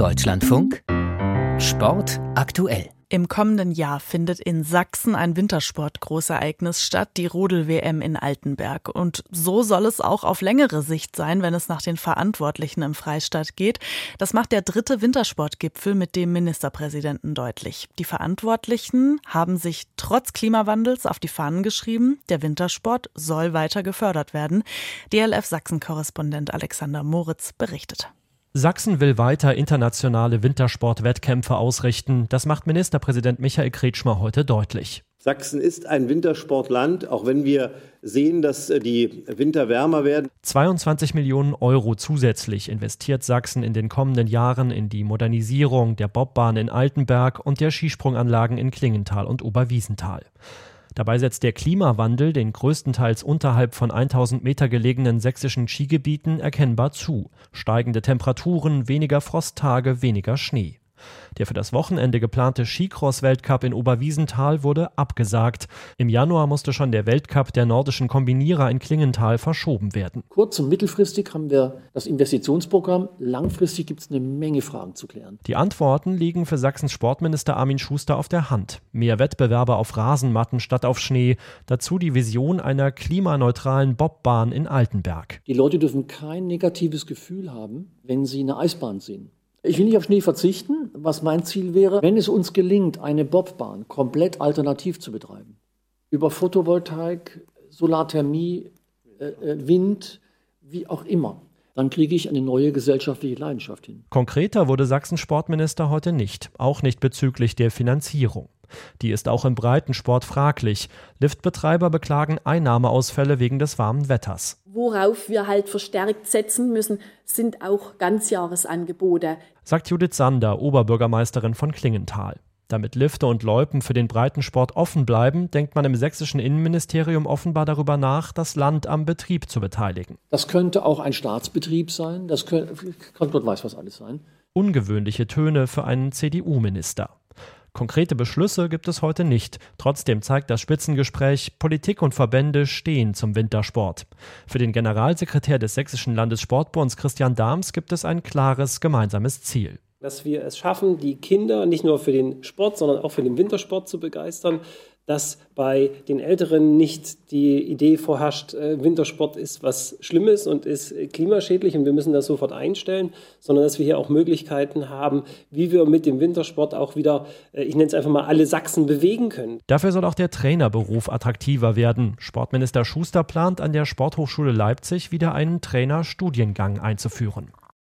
Deutschlandfunk Sport aktuell. Im kommenden Jahr findet in Sachsen ein Wintersport-Großereignis statt, die Rodel-WM in Altenberg. Und so soll es auch auf längere Sicht sein, wenn es nach den Verantwortlichen im Freistaat geht. Das macht der 3. Wintersportgipfel mit dem Ministerpräsidenten deutlich. Die Verantwortlichen haben sich trotz Klimawandels auf die Fahnen geschrieben, der Wintersport soll weiter gefördert werden. DLF-Sachsen-Korrespondent Alexander Moritz berichtet. Sachsen will weiter internationale Wintersportwettkämpfe ausrichten. Das macht Ministerpräsident Michael Kretschmer heute deutlich. Sachsen ist ein Wintersportland, auch wenn wir sehen, dass die Winter wärmer werden. 22 Millionen Euro zusätzlich investiert Sachsen in den kommenden Jahren in die Modernisierung der Bobbahn in Altenberg und der Skisprunganlagen in Klingenthal und Oberwiesenthal. Dabei setzt der Klimawandel den größtenteils unterhalb von 1000 Meter gelegenen sächsischen Skigebieten erkennbar zu. Steigende Temperaturen, weniger Frosttage, weniger Schnee. Der für das Wochenende geplante Skicross-Weltcup in Oberwiesenthal wurde abgesagt. Im Januar musste schon der Weltcup der nordischen Kombinierer in Klingenthal verschoben werden. Kurz- und mittelfristig haben wir das Investitionsprogramm. Langfristig gibt es eine Menge Fragen zu klären. Die Antworten liegen für Sachsens Sportminister Armin Schuster auf der Hand. Mehr Wettbewerbe auf Rasenmatten statt auf Schnee. Dazu die Vision einer klimaneutralen Bobbahn in Altenberg. Die Leute dürfen kein negatives Gefühl haben, wenn sie eine Eisbahn sehen. Ich will nicht auf Schnee verzichten, was mein Ziel wäre, wenn es uns gelingt, eine Bobbahn komplett alternativ zu betreiben. Über Photovoltaik, Solarthermie, Wind, wie auch immer. Dann kriege ich eine neue gesellschaftliche Leidenschaft hin. Konkreter wurde Sachsens Sportminister heute nicht, auch nicht bezüglich der Finanzierung. Die ist auch im Breitensport fraglich. Liftbetreiber beklagen Einnahmeausfälle wegen des warmen Wetters. Worauf wir halt verstärkt setzen müssen, sind auch Ganzjahresangebote. Sagt Judith Sander, Oberbürgermeisterin von Klingenthal. Damit Lifte und Loipen für den Breitensport offen bleiben, denkt man im sächsischen Innenministerium offenbar darüber nach, das Land am Betrieb zu beteiligen. Das könnte auch ein Staatsbetrieb sein, das könnte Gott weiß was alles sein. Ungewöhnliche Töne für einen CDU-Minister. Konkrete Beschlüsse gibt es heute nicht. Trotzdem zeigt das Spitzengespräch, Politik und Verbände stehen zum Wintersport. Für den Generalsekretär des Sächsischen Landessportbunds Christian Dahms gibt es ein klares gemeinsames Ziel. Dass wir es schaffen, die Kinder nicht nur für den Sport, sondern auch für den Wintersport zu begeistern, dass bei den Älteren nicht die Idee vorherrscht, Wintersport ist was Schlimmes und ist klimaschädlich und wir müssen das sofort einstellen, sondern dass wir hier auch Möglichkeiten haben, wie wir mit dem Wintersport auch wieder, ich nenne es einfach mal, alle Sachsen bewegen können. Dafür soll auch der Trainerberuf attraktiver werden. Sportminister Schuster plant, an der Sporthochschule Leipzig wieder einen Trainerstudiengang einzuführen.